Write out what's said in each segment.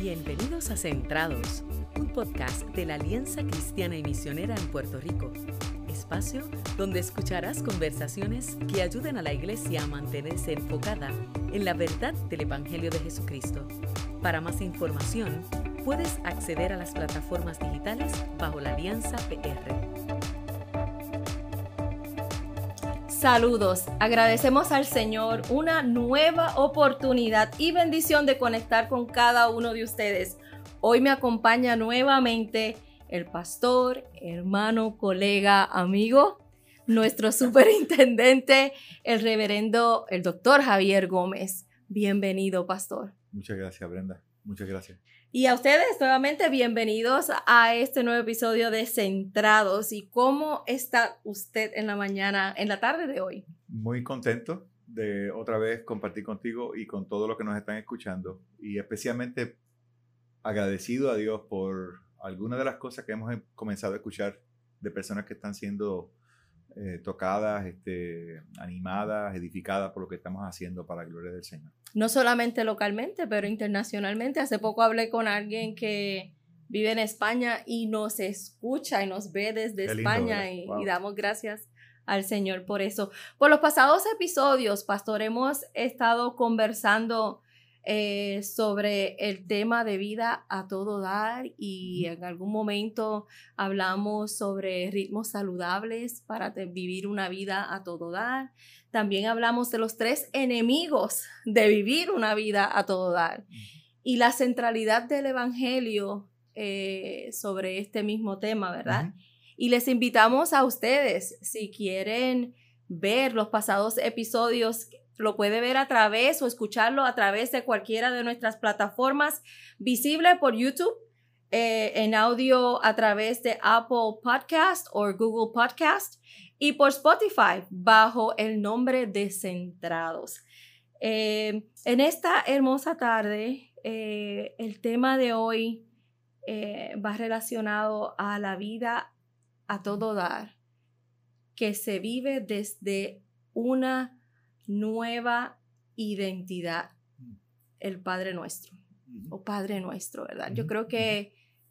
Bienvenidos a Centrados, un podcast de la Alianza Cristiana y Misionera en Puerto Rico. Espacio donde escucharás conversaciones que ayuden a la Iglesia a mantenerse enfocada en la verdad del Evangelio de Jesucristo. Para más información, puedes acceder a las plataformas digitales bajo la Alianza PR. Saludos, agradecemos al Señor una nueva oportunidad y bendición de conectar con cada uno de ustedes. Hoy me acompaña nuevamente el pastor, hermano, colega, amigo, nuestro superintendente, el reverendo, el doctor Javier Gómez. Bienvenido, pastor. Muchas gracias, Brenda. Muchas gracias. Y a ustedes nuevamente bienvenidos a este nuevo episodio de Centrados. ¿Y cómo está usted en la mañana, en la tarde de hoy? Muy contento de otra vez compartir contigo y con todos los que nos están escuchando. Y especialmente agradecido a Dios por algunas de las cosas que hemos comenzado a escuchar de personas que están siendo tocadas, animadas, edificadas por lo que estamos haciendo para la gloria del Señor. No solamente localmente, pero internacionalmente. Hace poco hablé con alguien que vive en España y nos escucha y nos ve desde España y damos gracias al Señor por eso. Por los pasados episodios, pastor, hemos estado conversando sobre el tema de vida a todo dar y en algún momento hablamos sobre ritmos saludables para vivir una vida a todo dar. También hablamos de los 3 enemigos de vivir una vida a todo dar y la centralidad del evangelio sobre este mismo tema, ¿verdad? Y les invitamos a ustedes, si quieren ver los pasados episodios, lo puede ver a través o escucharlo a través de cualquiera de nuestras plataformas, visible por YouTube, en audio a través de Apple Podcast o Google Podcast y por Spotify bajo el nombre de Centrados. En esta hermosa tarde, el tema de hoy va relacionado a la vida a todo dar, que se vive desde una nueva identidad, el Padre Nuestro o Padre Nuestro, ¿verdad? Yo creo que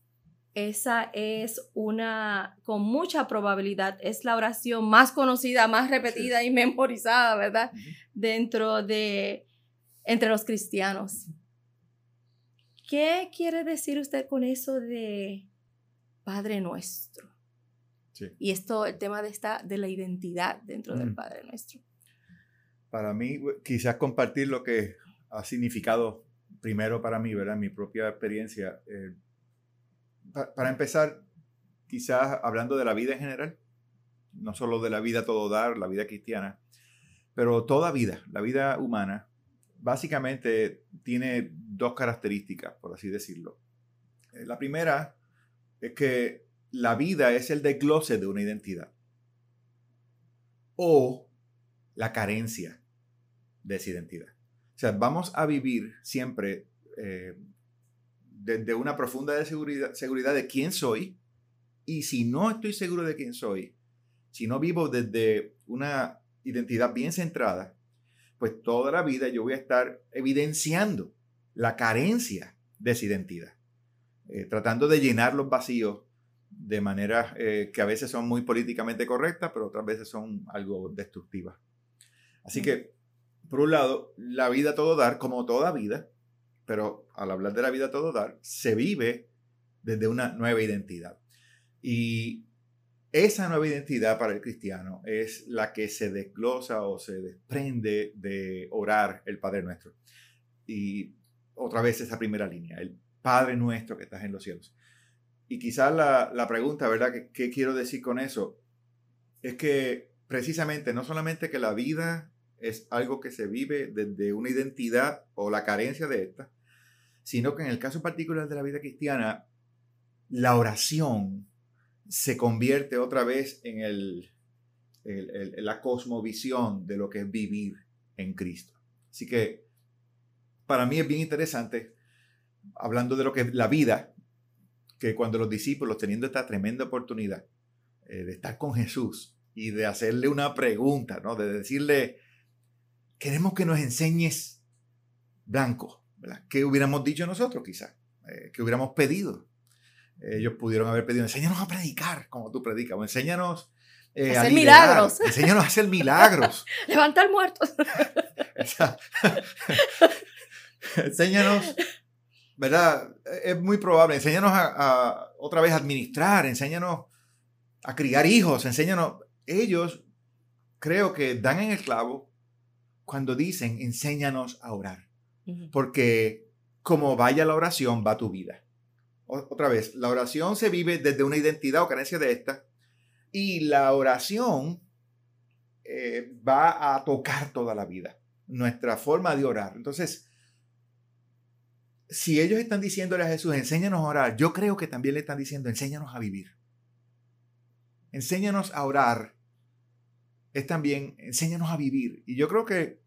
esa es con mucha probabilidad, es la oración más conocida, más repetida y memorizada, ¿verdad? Entre los cristianos. ¿Qué quiere decir usted con eso de Padre Nuestro? Sí. Y el tema de la identidad dentro del Padre Nuestro. Para mí, quizás compartir lo que ha significado primero para mí, ¿verdad? Mi propia experiencia. Para empezar, quizás hablando de la vida en general, no solo de la vida a todo dar, la vida cristiana, pero toda vida, la vida humana, básicamente tiene 2 características, por así decirlo. La primera es que la vida es el desglose de una identidad o la carencia de esa identidad. O sea, vamos a vivir siempre desde una profunda seguridad de quién soy, y si no estoy seguro de quién soy, si no vivo desde una identidad bien centrada, pues toda la vida yo voy a estar evidenciando la carencia de esa identidad, tratando de llenar los vacíos de maneras que a veces son muy políticamente correctas, pero otras veces son algo destructivas. Así que, por un lado, la vida a todo dar, como toda vida, pero al hablar de la vida a todo dar, se vive desde una nueva identidad. Y esa nueva identidad para el cristiano es la que se desglosa o se desprende de orar el Padre Nuestro. Y otra vez esa primera línea, el Padre Nuestro que estás en los cielos. Y quizás la pregunta, ¿verdad? ¿Qué quiero decir con eso? Es que precisamente no solamente que la vida es algo que se vive desde una identidad o la carencia de esta, sino que en el caso particular de la vida cristiana, la oración se convierte otra vez en la cosmovisión de lo que es vivir en Cristo. Así que para mí es bien interesante, hablando de lo que es la vida, que cuando los discípulos, teniendo esta tremenda oportunidad de estar con Jesús y de hacerle una pregunta, ¿no? De decirle, queremos que nos enseñes blanco, ¿verdad? ¿Qué hubiéramos dicho nosotros quizás? que hubiéramos pedido. Ellos pudieron haber pedido, enséñanos a predicar como tú predicas, o enséñanos a hacer milagros. Enséñanos a hacer milagros. Levantar muertos. Enséñanos, ¿verdad? Es muy probable. Enséñanos a otra vez a administrar, enséñanos a criar hijos, enséñanos. Ellos creo que dan en el clavo cuando dicen, enséñanos a orar. Porque como vaya la oración, va tu vida. Otra vez, la oración se vive desde una identidad o carencia de esta, y la oración va a tocar toda la vida, nuestra forma de orar. Entonces, si ellos están diciéndole a Jesús, enséñanos a orar, yo creo que también le están diciendo, enséñanos a vivir. Enséñanos a orar, es también, enséñanos a vivir. Y yo creo que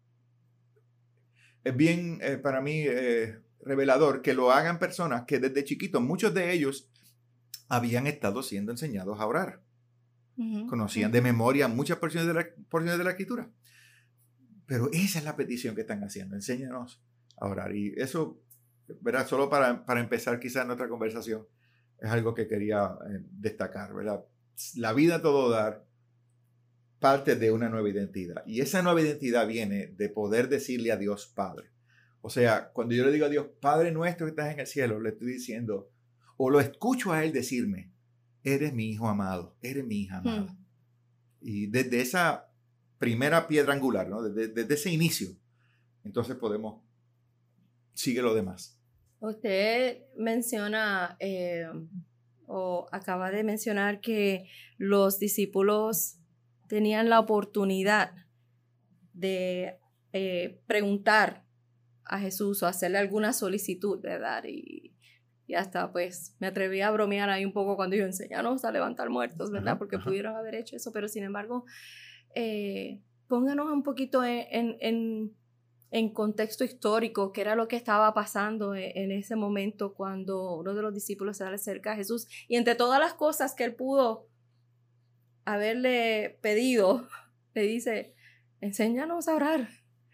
es bien, para mí, revelador que lo hagan personas que desde chiquitos, muchos de ellos habían estado siendo enseñados a orar. Conocían de memoria muchas porciones de la Escritura. Pero esa es la petición que están haciendo, enséñanos a orar. Y eso, ¿verdad? Solo para empezar quizás nuestra conversación, es algo que quería destacar, ¿verdad? La vida a todo dar parte de una nueva identidad. Y esa nueva identidad viene de poder decirle a Dios Padre. O sea, cuando yo le digo a Dios, Padre nuestro que estás en el cielo, le estoy diciendo, o lo escucho a Él decirme, eres mi hijo amado, eres mi hija amada. Y desde esa primera piedra angular, ¿no? Desde ese inicio, entonces podemos, sigue lo demás. Usted menciona, o acaba de mencionar que los discípulos tenían la oportunidad de preguntar a Jesús o hacerle alguna solicitud, ¿verdad? Y hasta pues me atreví a bromear ahí un poco cuando yo enséñanos a levantar muertos, ¿verdad? Porque pudieron haber hecho eso, pero sin embargo, pónganos un poquito en contexto histórico, qué era lo que estaba pasando en ese momento cuando uno de los discípulos se acerca a Jesús y entre todas las cosas que él pudo haberle pedido, le dice, enséñanos a orar.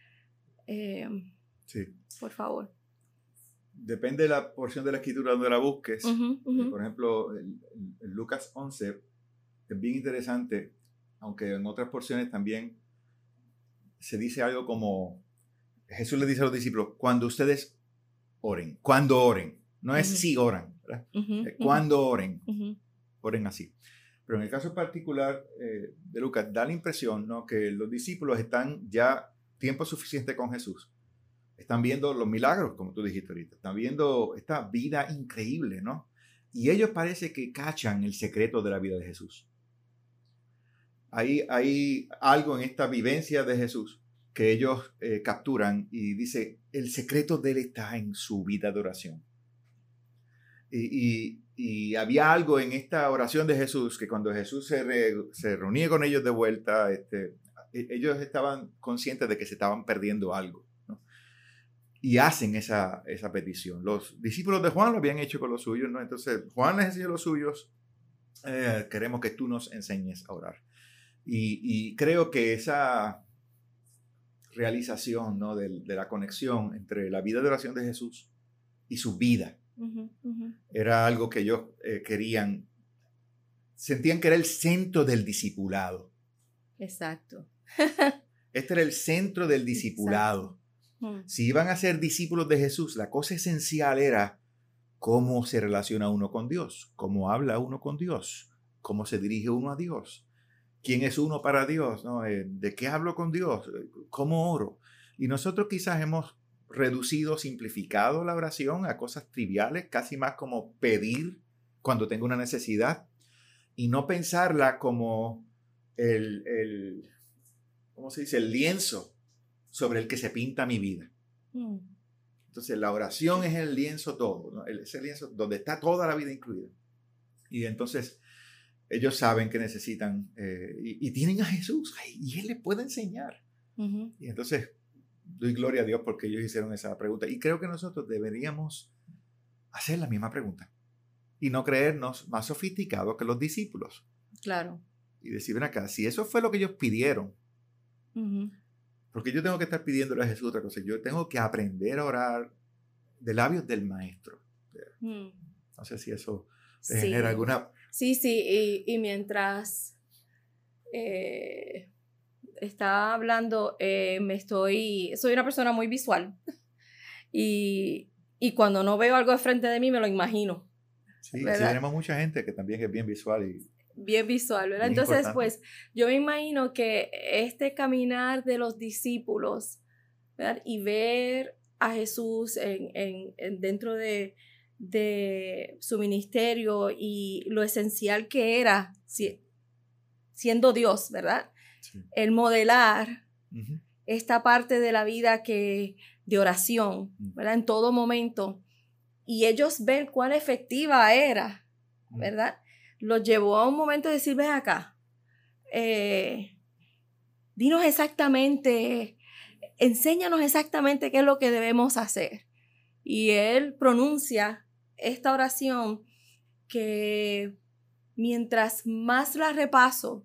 Sí. Por favor. Depende de la porción de la Escritura donde la busques. Por ejemplo, en Lucas 11 es bien interesante, aunque en otras porciones también se dice algo como, Jesús le dice a los discípulos, cuando ustedes oren, no es si oran, ¿verdad? Cuando oren, oren así. Pero en el caso particular de Lucas, da la impresión, ¿no?, que los discípulos están ya tiempo suficiente con Jesús. Están viendo los milagros, como tú dijiste ahorita. Están viendo esta vida increíble, ¿no? Y ellos parece que cachan el secreto de la vida de Jesús. Hay algo en esta vivencia de Jesús que ellos capturan y dice, el secreto de él está en su vida de oración. Y había algo en esta oración de Jesús que cuando Jesús se reunía con ellos de vuelta, ellos estaban conscientes de que se estaban perdiendo algo, ¿no? Y hacen esa petición. Los discípulos de Juan lo habían hecho con los suyos, ¿no? Entonces Juan les enseñó los suyos, queremos que tú nos enseñes a orar. Y creo que esa realización, ¿no?, de la conexión entre la vida de oración de Jesús y su vida, era algo que ellos querían, sentían que era el centro del discipulado. Exacto. Este era el centro del discipulado. Si iban a ser discípulos de Jesús, la cosa esencial era cómo se relaciona uno con Dios, cómo habla uno con Dios, cómo se dirige uno a Dios, quién es uno para Dios, ¿no? ¿De qué hablo con Dios? ¿Cómo oro? Y nosotros quizás hemos reducido, simplificado la oración a cosas triviales, casi más como pedir cuando tengo una necesidad, y no pensarla como ¿cómo se dice?, el lienzo sobre el que se pinta mi vida. Entonces la oración es el lienzo todo, ¿no? Ese lienzo donde está toda la vida incluida. Y entonces ellos saben que necesitan y tienen a Jesús y Él les puede enseñar. Y entonces doy gloria a Dios porque ellos hicieron esa pregunta. Y creo que nosotros deberíamos hacer la misma pregunta y no creernos más sofisticados que los discípulos. Claro. Y decir, ven acá, si eso fue lo que ellos pidieron, porque yo tengo que estar pidiéndole a Jesús otra cosa. Yo tengo que aprender a orar de labios del Maestro. No sé si eso te genera alguna... Sí, y mientras estaba hablando, soy una persona muy visual y cuando no veo algo de frente de mí me lo imagino. Sí, así tenemos mucha gente que también es bien visual bien visual, ¿verdad? Entonces, importante. Pues yo me imagino que este caminar de los discípulos, ¿verdad? Y ver a Jesús dentro de su ministerio y lo esencial que era siendo Dios, ¿verdad? Sí. El modelar esta parte de la vida de oración, ¿verdad? En todo momento. Y ellos ven cuán efectiva era, ¿verdad? Los llevó a un momento de decir, ven acá, dinos exactamente, enséñanos exactamente qué es lo que debemos hacer. Y él pronuncia esta oración que mientras más la repaso,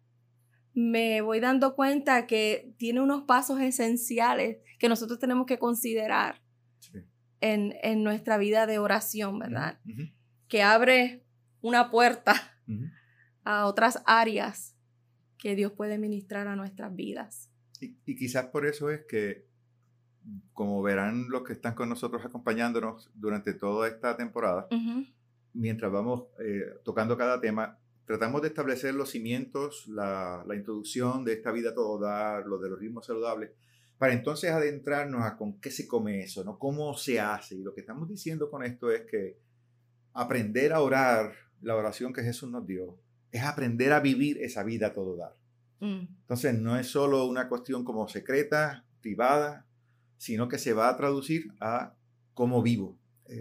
me voy dando cuenta que tiene unos pasos esenciales que nosotros tenemos que considerar en nuestra vida de oración, ¿verdad? Que abre una puerta a otras áreas que Dios puede ministrar a nuestras vidas. Y quizás por eso es que, como verán los que están con nosotros acompañándonos durante toda esta temporada, mientras vamos tocando cada tema, tratamos de establecer los cimientos, la introducción de esta vida a todo dar, lo de los ritmos saludables, para entonces adentrarnos a con qué se come eso, ¿no? Cómo se hace. Y lo que estamos diciendo con esto es que aprender a orar, la oración que Jesús nos dio, es aprender a vivir esa vida a todo dar. Entonces no es solo una cuestión como secreta, privada, sino que se va a traducir a cómo vivo.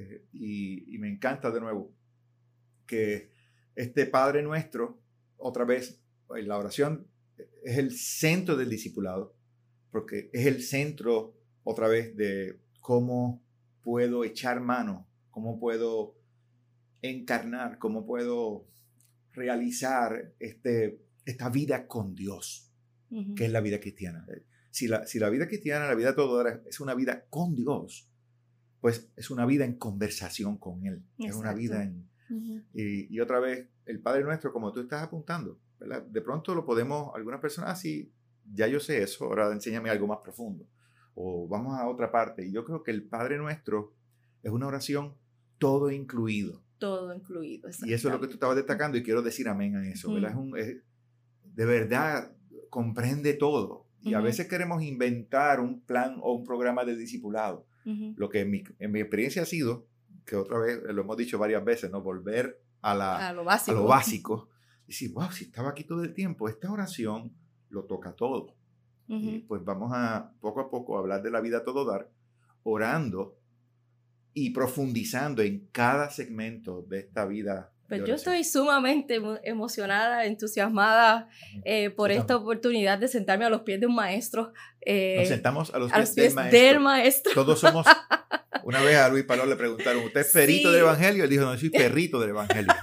Y me encanta de nuevo que este Padre Nuestro, otra vez, la oración es el centro del discipulado, porque es el centro, otra vez, de cómo puedo echar mano, cómo puedo encarnar, cómo puedo realizar esta vida con Dios, que es la vida cristiana. Si la vida cristiana, la vida toda es una vida con Dios, pues es una vida en conversación con Él. Exacto. Es una vida en... Y otra vez, el Padre Nuestro, como tú estás apuntando, ¿verdad? De pronto lo podemos, algunas personas, así, ya yo sé eso, ahora enséñame algo más profundo. O vamos a otra parte. Y yo creo que el Padre Nuestro es una oración todo incluido. Todo incluido, y eso es lo que tú estabas destacando y quiero decir amén a eso, ¿verdad? De verdad, comprende todo. Y a veces queremos inventar un plan o un programa de discipulado. Lo que en mi experiencia ha sido, que otra vez lo hemos dicho varias veces, ¿no? Volver a lo básico. Y decir, wow, si estaba aquí todo el tiempo, esta oración lo toca todo. Y pues vamos a poco hablar de la vida a todo dar, orando y profundizando en cada segmento de esta vida. Pues yo estoy sumamente emocionada, entusiasmada por esta oportunidad de sentarme a los pies de un maestro. Nos sentamos a los pies del maestro. Todos somos... Una vez a Luis Paló le preguntaron, ¿usted es perito del evangelio? Él dijo, no, yo soy perrito del evangelio.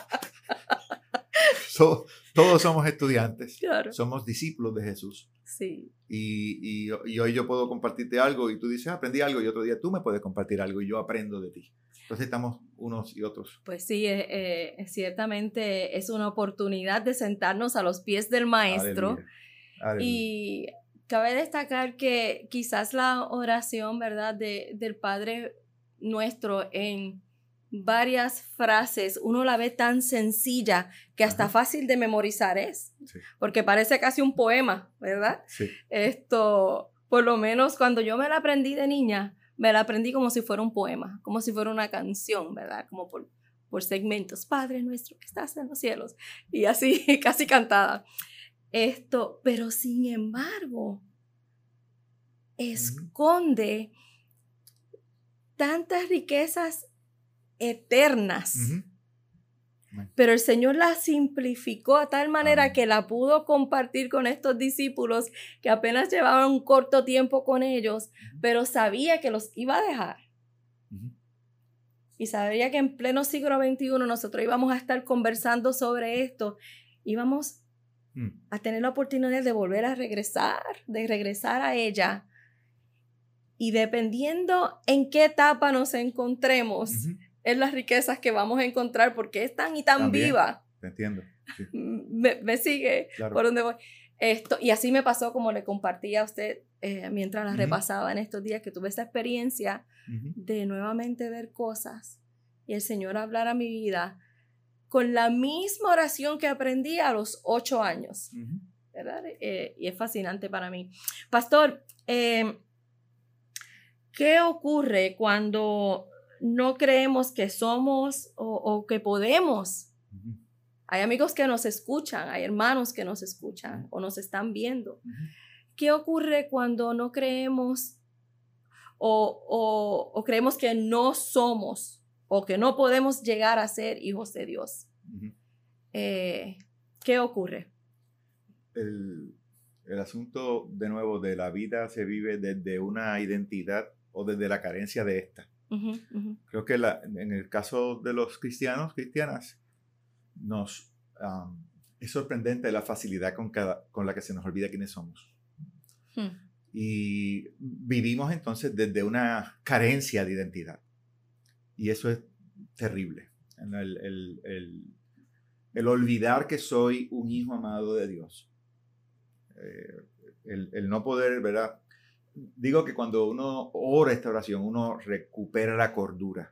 Todos somos estudiantes. Claro. Somos discípulos de Jesús. Sí. Y hoy yo puedo compartirte algo y tú dices, aprendí algo, y otro día tú me puedes compartir algo y yo aprendo de ti. Entonces estamos unos y otros. Pues sí, ciertamente es una oportunidad de sentarnos a los pies del maestro. Aleluya. Aleluya. Y cabe destacar que quizás la oración, ¿verdad?, del Padre Nuestro en varias frases, uno la ve tan sencilla que hasta fácil de memorizar es. Sí. Porque parece casi un poema, ¿verdad? Sí. Por lo menos cuando yo me la aprendí de niña, me la aprendí como si fuera un poema, como si fuera una canción, ¿verdad? Como por segmentos. Padre Nuestro que estás en los cielos. Y así, casi cantada. Pero sin embargo, esconde tantas riquezas eternas. Pero el Señor la simplificó a tal manera que la pudo compartir con estos discípulos que apenas llevaban un corto tiempo con ellos, pero sabía que los iba a dejar. Y sabía que en pleno siglo XXI nosotros íbamos a estar conversando sobre esto. Íbamos a tener la oportunidad de volver a regresar, de regresar a ella. Y dependiendo en qué etapa nos encontremos, en las riquezas que vamos a encontrar porque es tan y tan También, viva. Te entiendo. Sí. Me sigue Claro. por donde voy. Y así me pasó, como le compartí a usted mientras las repasaba en estos días, que tuve esa experiencia de nuevamente ver cosas y el Señor hablar a mi vida con la misma oración que aprendí a los 8 años. ¿Verdad? Y es fascinante para mí. Pastor, ¿qué ocurre cuando no creemos que somos o que podemos? Hay amigos que nos escuchan, hay hermanos que nos escuchan o nos están viendo. ¿Qué ocurre cuando no creemos o creemos que no somos o que no podemos llegar a ser hijos de Dios? ¿Qué ocurre? El asunto, de nuevo, de la vida se vive desde una identidad o desde la carencia de esta. Creo que en el caso de los cristianas, es sorprendente la facilidad con la que se nos olvida quiénes somos. Y vivimos entonces desde una carencia de identidad. Y eso es terrible. El olvidar que soy un hijo amado de Dios. El no poder, ¿verdad? Digo que cuando uno ora esta oración, uno recupera la cordura.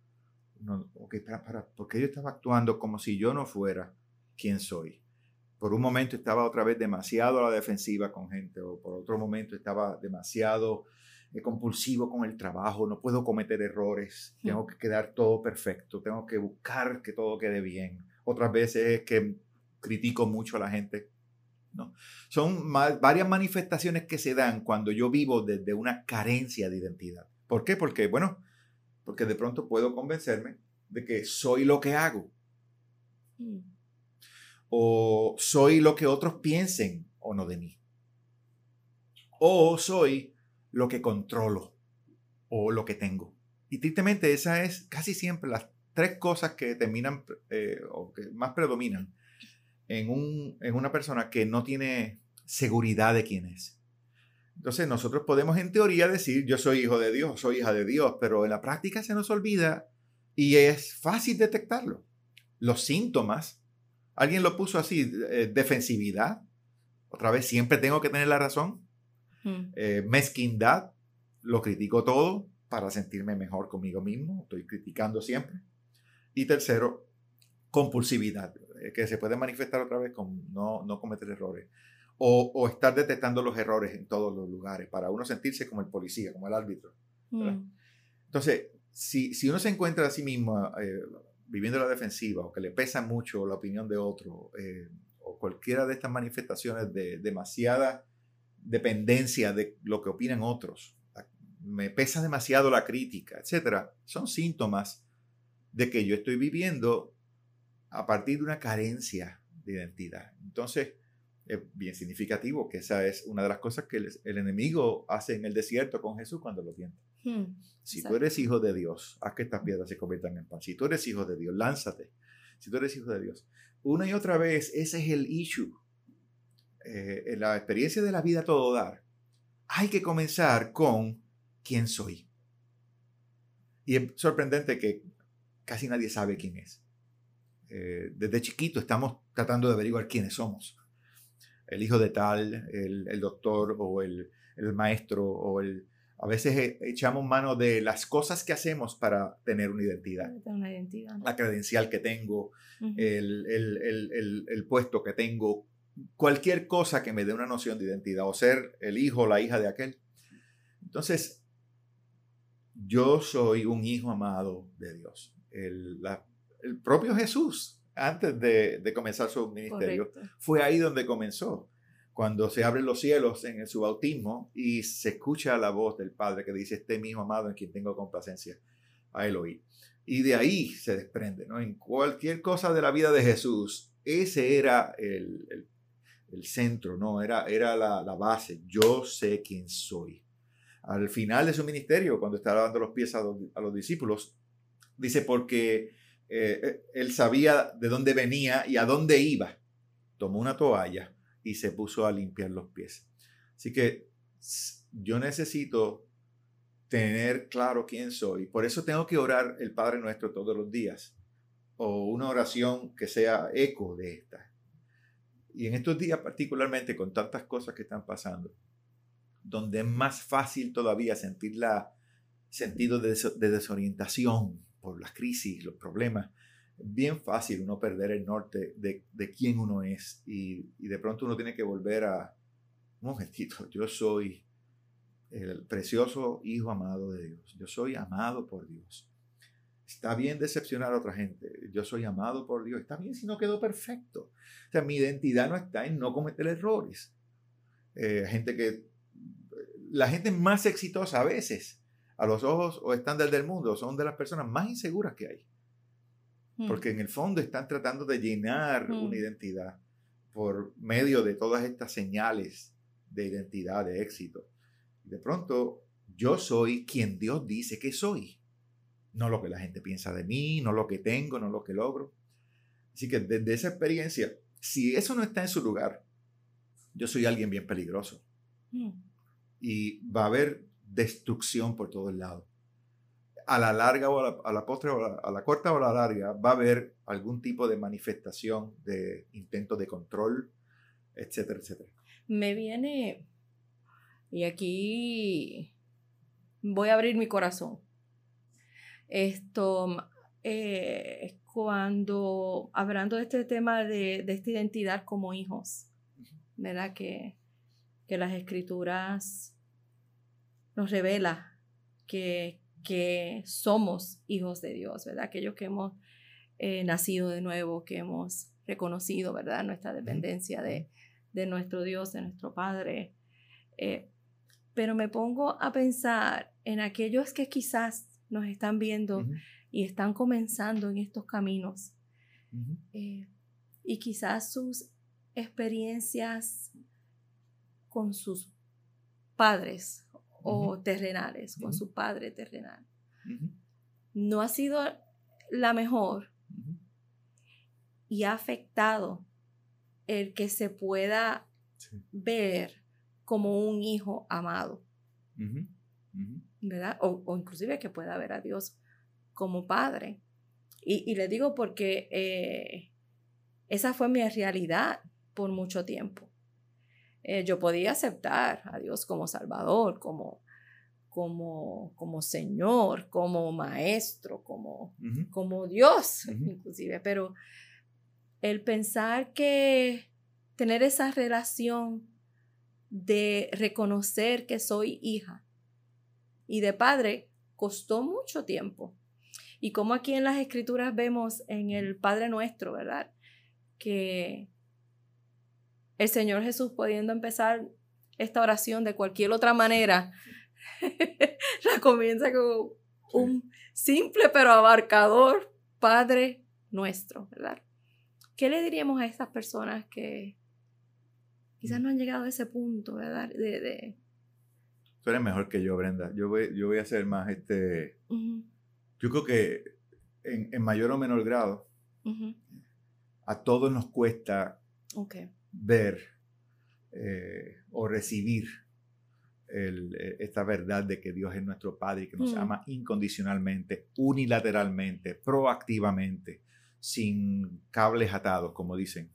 Porque yo estaba actuando como si yo no fuera quien soy. Por un momento estaba otra vez demasiado a la defensiva con gente, o por otro momento estaba demasiado compulsivo con el trabajo, no puedo cometer errores, tengo que quedar todo perfecto, tengo que buscar que todo quede bien. Otras veces es que critico mucho a la gente. ¿No? Son varias manifestaciones que se dan cuando yo vivo desde una carencia de identidad. ¿Por qué? Porque de pronto puedo convencerme de que soy lo que hago. O soy lo que otros piensen o no de mí. O soy lo que controlo o lo que tengo. Y tristemente esa es casi siempre las 3 cosas que terminan o que más predominan en una persona que no tiene seguridad de quién es. Entonces nosotros podemos en teoría decir yo soy hijo de Dios, soy hija de Dios, pero en la práctica se nos olvida y es fácil detectarlo. Los síntomas, alguien lo puso así, defensividad, otra vez siempre tengo que tener la razón, mezquindad, lo critico todo para sentirme mejor conmigo mismo, estoy criticando siempre. Y tercero, compulsividad, que se puede manifestar otra vez con no cometer errores. O estar detectando los errores en todos los lugares para uno sentirse como el policía, como el árbitro. Entonces, si uno se encuentra a sí mismo viviendo la defensiva o que le pesa mucho la opinión de otro o cualquiera de estas manifestaciones de demasiada dependencia de lo que opinan otros, me pesa demasiado la crítica, etcétera, son síntomas de que yo estoy viviendo a partir de una carencia de identidad. Entonces, es bien significativo que esa es una de las cosas que el enemigo hace en el desierto con Jesús cuando lo tienta. Si tú eres hijo de Dios, haz que estas piedras se conviertan en pan. Si tú eres hijo de Dios, lánzate. Si tú eres hijo de Dios. Una y otra vez, ese es el issue. En la experiencia de la vida a todo dar, hay que comenzar con quién soy. Y es sorprendente que casi nadie sabe quién es. Desde chiquito estamos tratando de averiguar quiénes somos. El hijo de tal, el doctor o el maestro a veces echamos mano de las cosas que hacemos para tener una identidad. La credencial que tengo, el puesto que tengo, cualquier cosa que me dé una noción de identidad o ser el hijo o la hija de aquel. Entonces, yo soy un hijo amado de Dios. El propio Jesús, antes de comenzar su ministerio, fue ahí donde comenzó. Cuando se abren los cielos en su bautismo y se escucha la voz del Padre que dice, este es mi hijo amado en quien tengo complacencia, a él oí. Y de ahí se desprende, ¿no? En cualquier cosa de la vida de Jesús, ese era el centro, ¿no? Era la base. Yo sé quién soy. Al final de su ministerio, cuando está lavando los pies a los discípulos, dice porque él sabía de dónde venía y a dónde iba. Tomó una toalla y se puso a limpiar los pies. Así que yo necesito tener claro quién soy. Por eso tengo que orar el Padre Nuestro todos los días, o una oración que sea eco de esta. Y en estos días particularmente, con tantas cosas que están pasando, donde es más fácil todavía sentir sentido de desorientación por las crisis, los problemas, es bien fácil uno perder el norte de quién uno es, y de pronto uno tiene que volver a un momentito. Yo soy el precioso hijo amado de Dios. Yo soy amado por Dios. Está bien decepcionar a otra gente. Yo soy amado por Dios. Está bien si no quedó perfecto. O sea, mi identidad no está en no cometer errores. La gente más exitosa a veces, a los ojos o estándares del mundo, son de las personas más inseguras que hay. Porque en el fondo están tratando de llenar una identidad por medio de todas estas señales de identidad, de éxito. De pronto, yo soy quien Dios dice que soy. No lo que la gente piensa de mí, no lo que tengo, no lo que logro. Así que desde esa experiencia, si eso no está en su lugar, yo soy alguien bien peligroso. Y va a haber destrucción por todos lados. A la larga o a la postre, o a la corta o a la larga, va a haber algún tipo de manifestación de intento de control, etcétera, etcétera. Me viene, y aquí voy a abrir mi corazón. Cuando hablando de este tema de esta identidad como hijos, ¿verdad? Que las escrituras nos revela que somos hijos de Dios, ¿verdad? Aquellos que hemos nacido de nuevo, que hemos reconocido, ¿verdad? Nuestra dependencia de nuestro Dios, de nuestro Padre. Pero me pongo a pensar en aquellos que quizás nos están viendo y están comenzando en estos caminos. Y quizás sus experiencias con sus padres o terrenales, con su padre terrenal, no ha sido la mejor y ha afectado el que se pueda ver como un hijo amado. ¿Verdad? O inclusive que pueda ver a Dios como padre. Y le digo porque esa fue mi realidad por mucho tiempo. Yo podía aceptar a Dios como Salvador, como Señor, como Maestro, como Dios, inclusive. Pero el pensar que tener esa relación de reconocer que soy hija y de padre costó mucho tiempo. Y como aquí en las escrituras vemos en el Padre Nuestro, ¿verdad? Que el Señor Jesús, pudiendo empezar esta oración de cualquier otra manera, la comienza con un simple pero abarcador Padre Nuestro, ¿verdad? ¿Qué le diríamos a estas personas que quizás no han llegado a ese punto, ¿verdad? Tú eres mejor que yo, Brenda. Yo voy a hacer más Yo creo que en mayor o menor grado, a todos nos cuesta ver o recibir esta verdad de que Dios es nuestro Padre y que nos ama incondicionalmente, unilateralmente, proactivamente, sin cables atados, como dicen.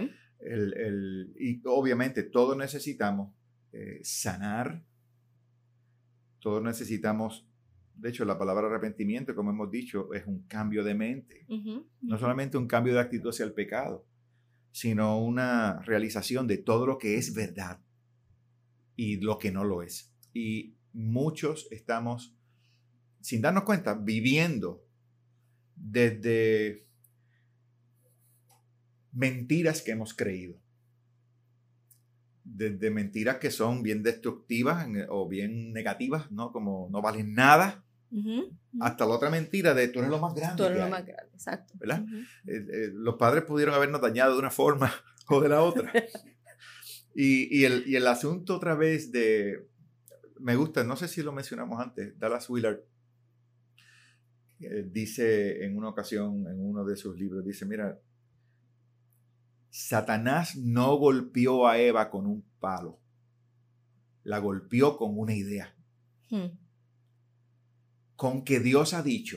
Y obviamente todos necesitamos sanar, todos necesitamos, de hecho la palabra arrepentimiento, como hemos dicho, es un cambio de mente, no solamente un cambio de actitud hacia el pecado, sino una realización de todo lo que es verdad y lo que no lo es. Y muchos estamos, sin darnos cuenta, viviendo desde mentiras que hemos creído. Desde mentiras que son bien destructivas o bien negativas, ¿no? Como no valen nada, hasta la otra mentira de tú eres lo más grande. Tú eres lo más grande, exacto. ¿Verdad? Los padres pudieron habernos dañado de una forma o de la otra. y el asunto otra vez me gusta, no sé si lo mencionamos antes, Dallas Willard dice en una ocasión, en uno de sus libros, dice, mira, Satanás no golpeó a Eva con un palo, la golpeó con una idea. con que Dios ha dicho.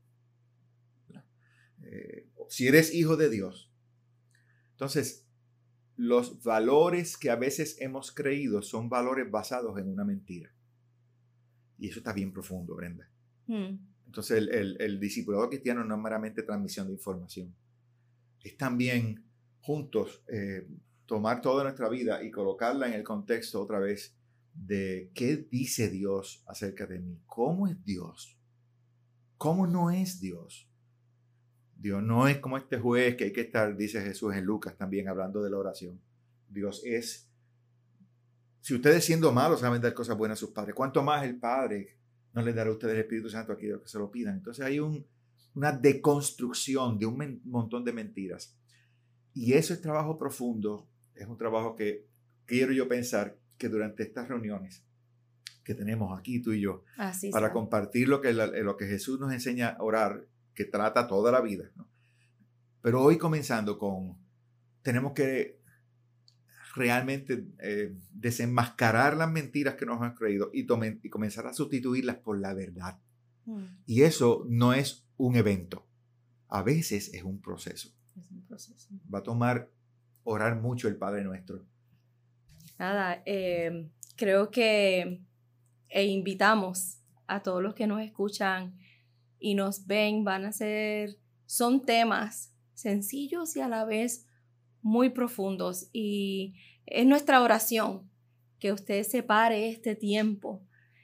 Si eres hijo de Dios. Entonces, los valores que a veces hemos creído son valores basados en una mentira. Y eso está bien profundo, Brenda. Entonces, el discipulado cristiano no es meramente transmisión de información. Es también juntos tomar toda nuestra vida y colocarla en el contexto otra vez de qué dice Dios acerca de mí. ¿Cómo es Dios? ¿Cómo no es Dios? Dios no es como este juez que hay que estar, dice Jesús en Lucas también, hablando de la oración. Dios es, si ustedes siendo malos saben dar cosas buenas a sus padres, ¿cuánto más el Padre no les dará a ustedes el Espíritu Santo a aquellos que se lo pidan? Entonces hay una deconstrucción de un montón de mentiras. Y eso es trabajo profundo, es un trabajo que quiero yo pensar que durante estas reuniones que tenemos aquí tú y yo, para compartir lo que Jesús nos enseña a orar, que trata toda la vida, ¿no? Pero hoy comenzando tenemos que realmente desenmascarar las mentiras que nos han creído y comenzar a sustituirlas por la verdad. Y eso no es un evento, a veces es un proceso. Es un proceso. Va a tomar orar mucho el Padre Nuestro. Nada, creo que invitamos a todos los que nos escuchan y nos ven, son temas sencillos y a la vez muy profundos. Y es nuestra oración que usted separe este tiempo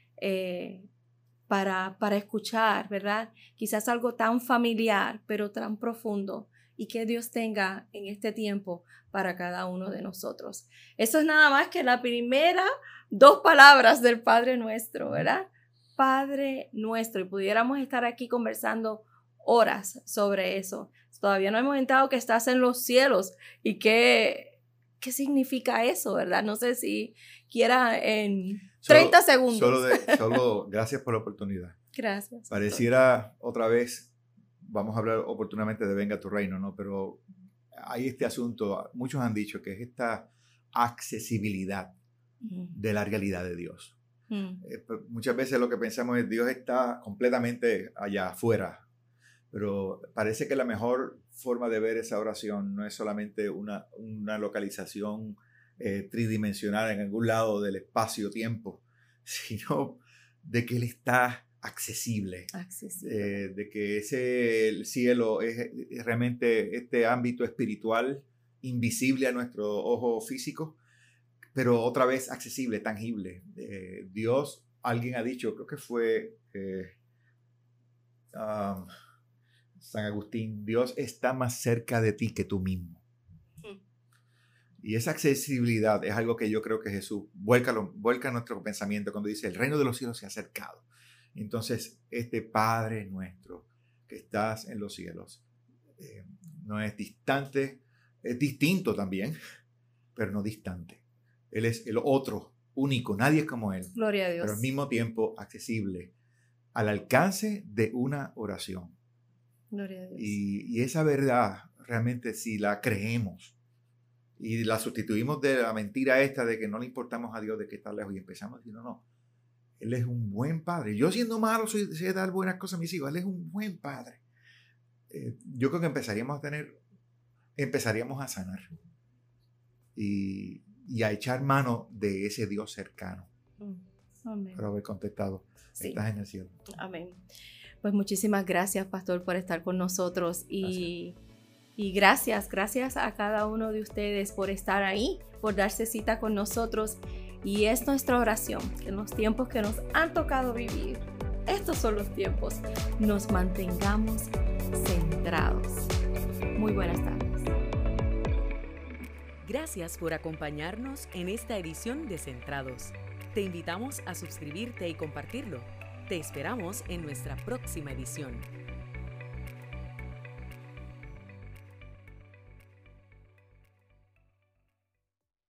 para escuchar, ¿verdad? Quizás algo tan familiar, pero tan profundo, y que Dios tenga en este tiempo para cada uno de nosotros. Eso es nada más que la primera 2 palabras del Padre Nuestro, ¿verdad? Padre Nuestro, y pudiéramos estar aquí conversando horas sobre eso. Todavía no hemos entrado que estás en los cielos y qué significa eso, ¿verdad? No sé si quiera en 30 segundos. Solo gracias por la oportunidad. Gracias. Pareciera otra vez, vamos a hablar oportunamente de venga tu reino, ¿no? Pero hay este asunto, muchos han dicho que es esta accesibilidad de la realidad de Dios. Muchas veces lo que pensamos es Dios está completamente allá afuera, pero parece que la mejor forma de ver esa oración no es solamente una localización tridimensional en algún lado del espacio-tiempo, sino de que Él está accesible. De que el cielo es realmente este ámbito espiritual invisible a nuestro ojo físico, pero otra vez accesible, tangible. Dios, alguien ha dicho, creo que fue San Agustín, Dios está más cerca de ti que tú mismo. Y esa accesibilidad es algo que yo creo que Jesús vuelca nuestro pensamiento cuando dice, el reino de los cielos se ha acercado. Entonces, este Padre nuestro que estás en los cielos no es distante, es distinto también, pero no distante. Él es el otro, único, nadie es como Él. Gloria a Dios. Pero al mismo tiempo accesible, al alcance de una oración. Gloria a Dios. Y esa verdad, realmente, si la creemos y la sustituimos de la mentira esta de que no le importamos a Dios, de que está lejos, y empezamos a decir, no, Él es un buen padre. Yo siendo malo, sé dar buenas cosas a mis hijos. Él es un buen padre. Yo creo que empezaríamos a sanar. Y a echar mano de ese Dios cercano. Amén. Por haber contestado. Sí. Estás en el cielo. Amén. Pues muchísimas gracias, pastor, por estar con nosotros. Y gracias a cada uno de ustedes por estar ahí, por darse cita con nosotros. Y es nuestra oración que en los tiempos que nos han tocado vivir, estos son los tiempos, nos mantengamos centrados. Muy buenas tardes. Gracias por acompañarnos en esta edición de Centrados. Te invitamos a suscribirte y compartirlo. Te esperamos en nuestra próxima edición.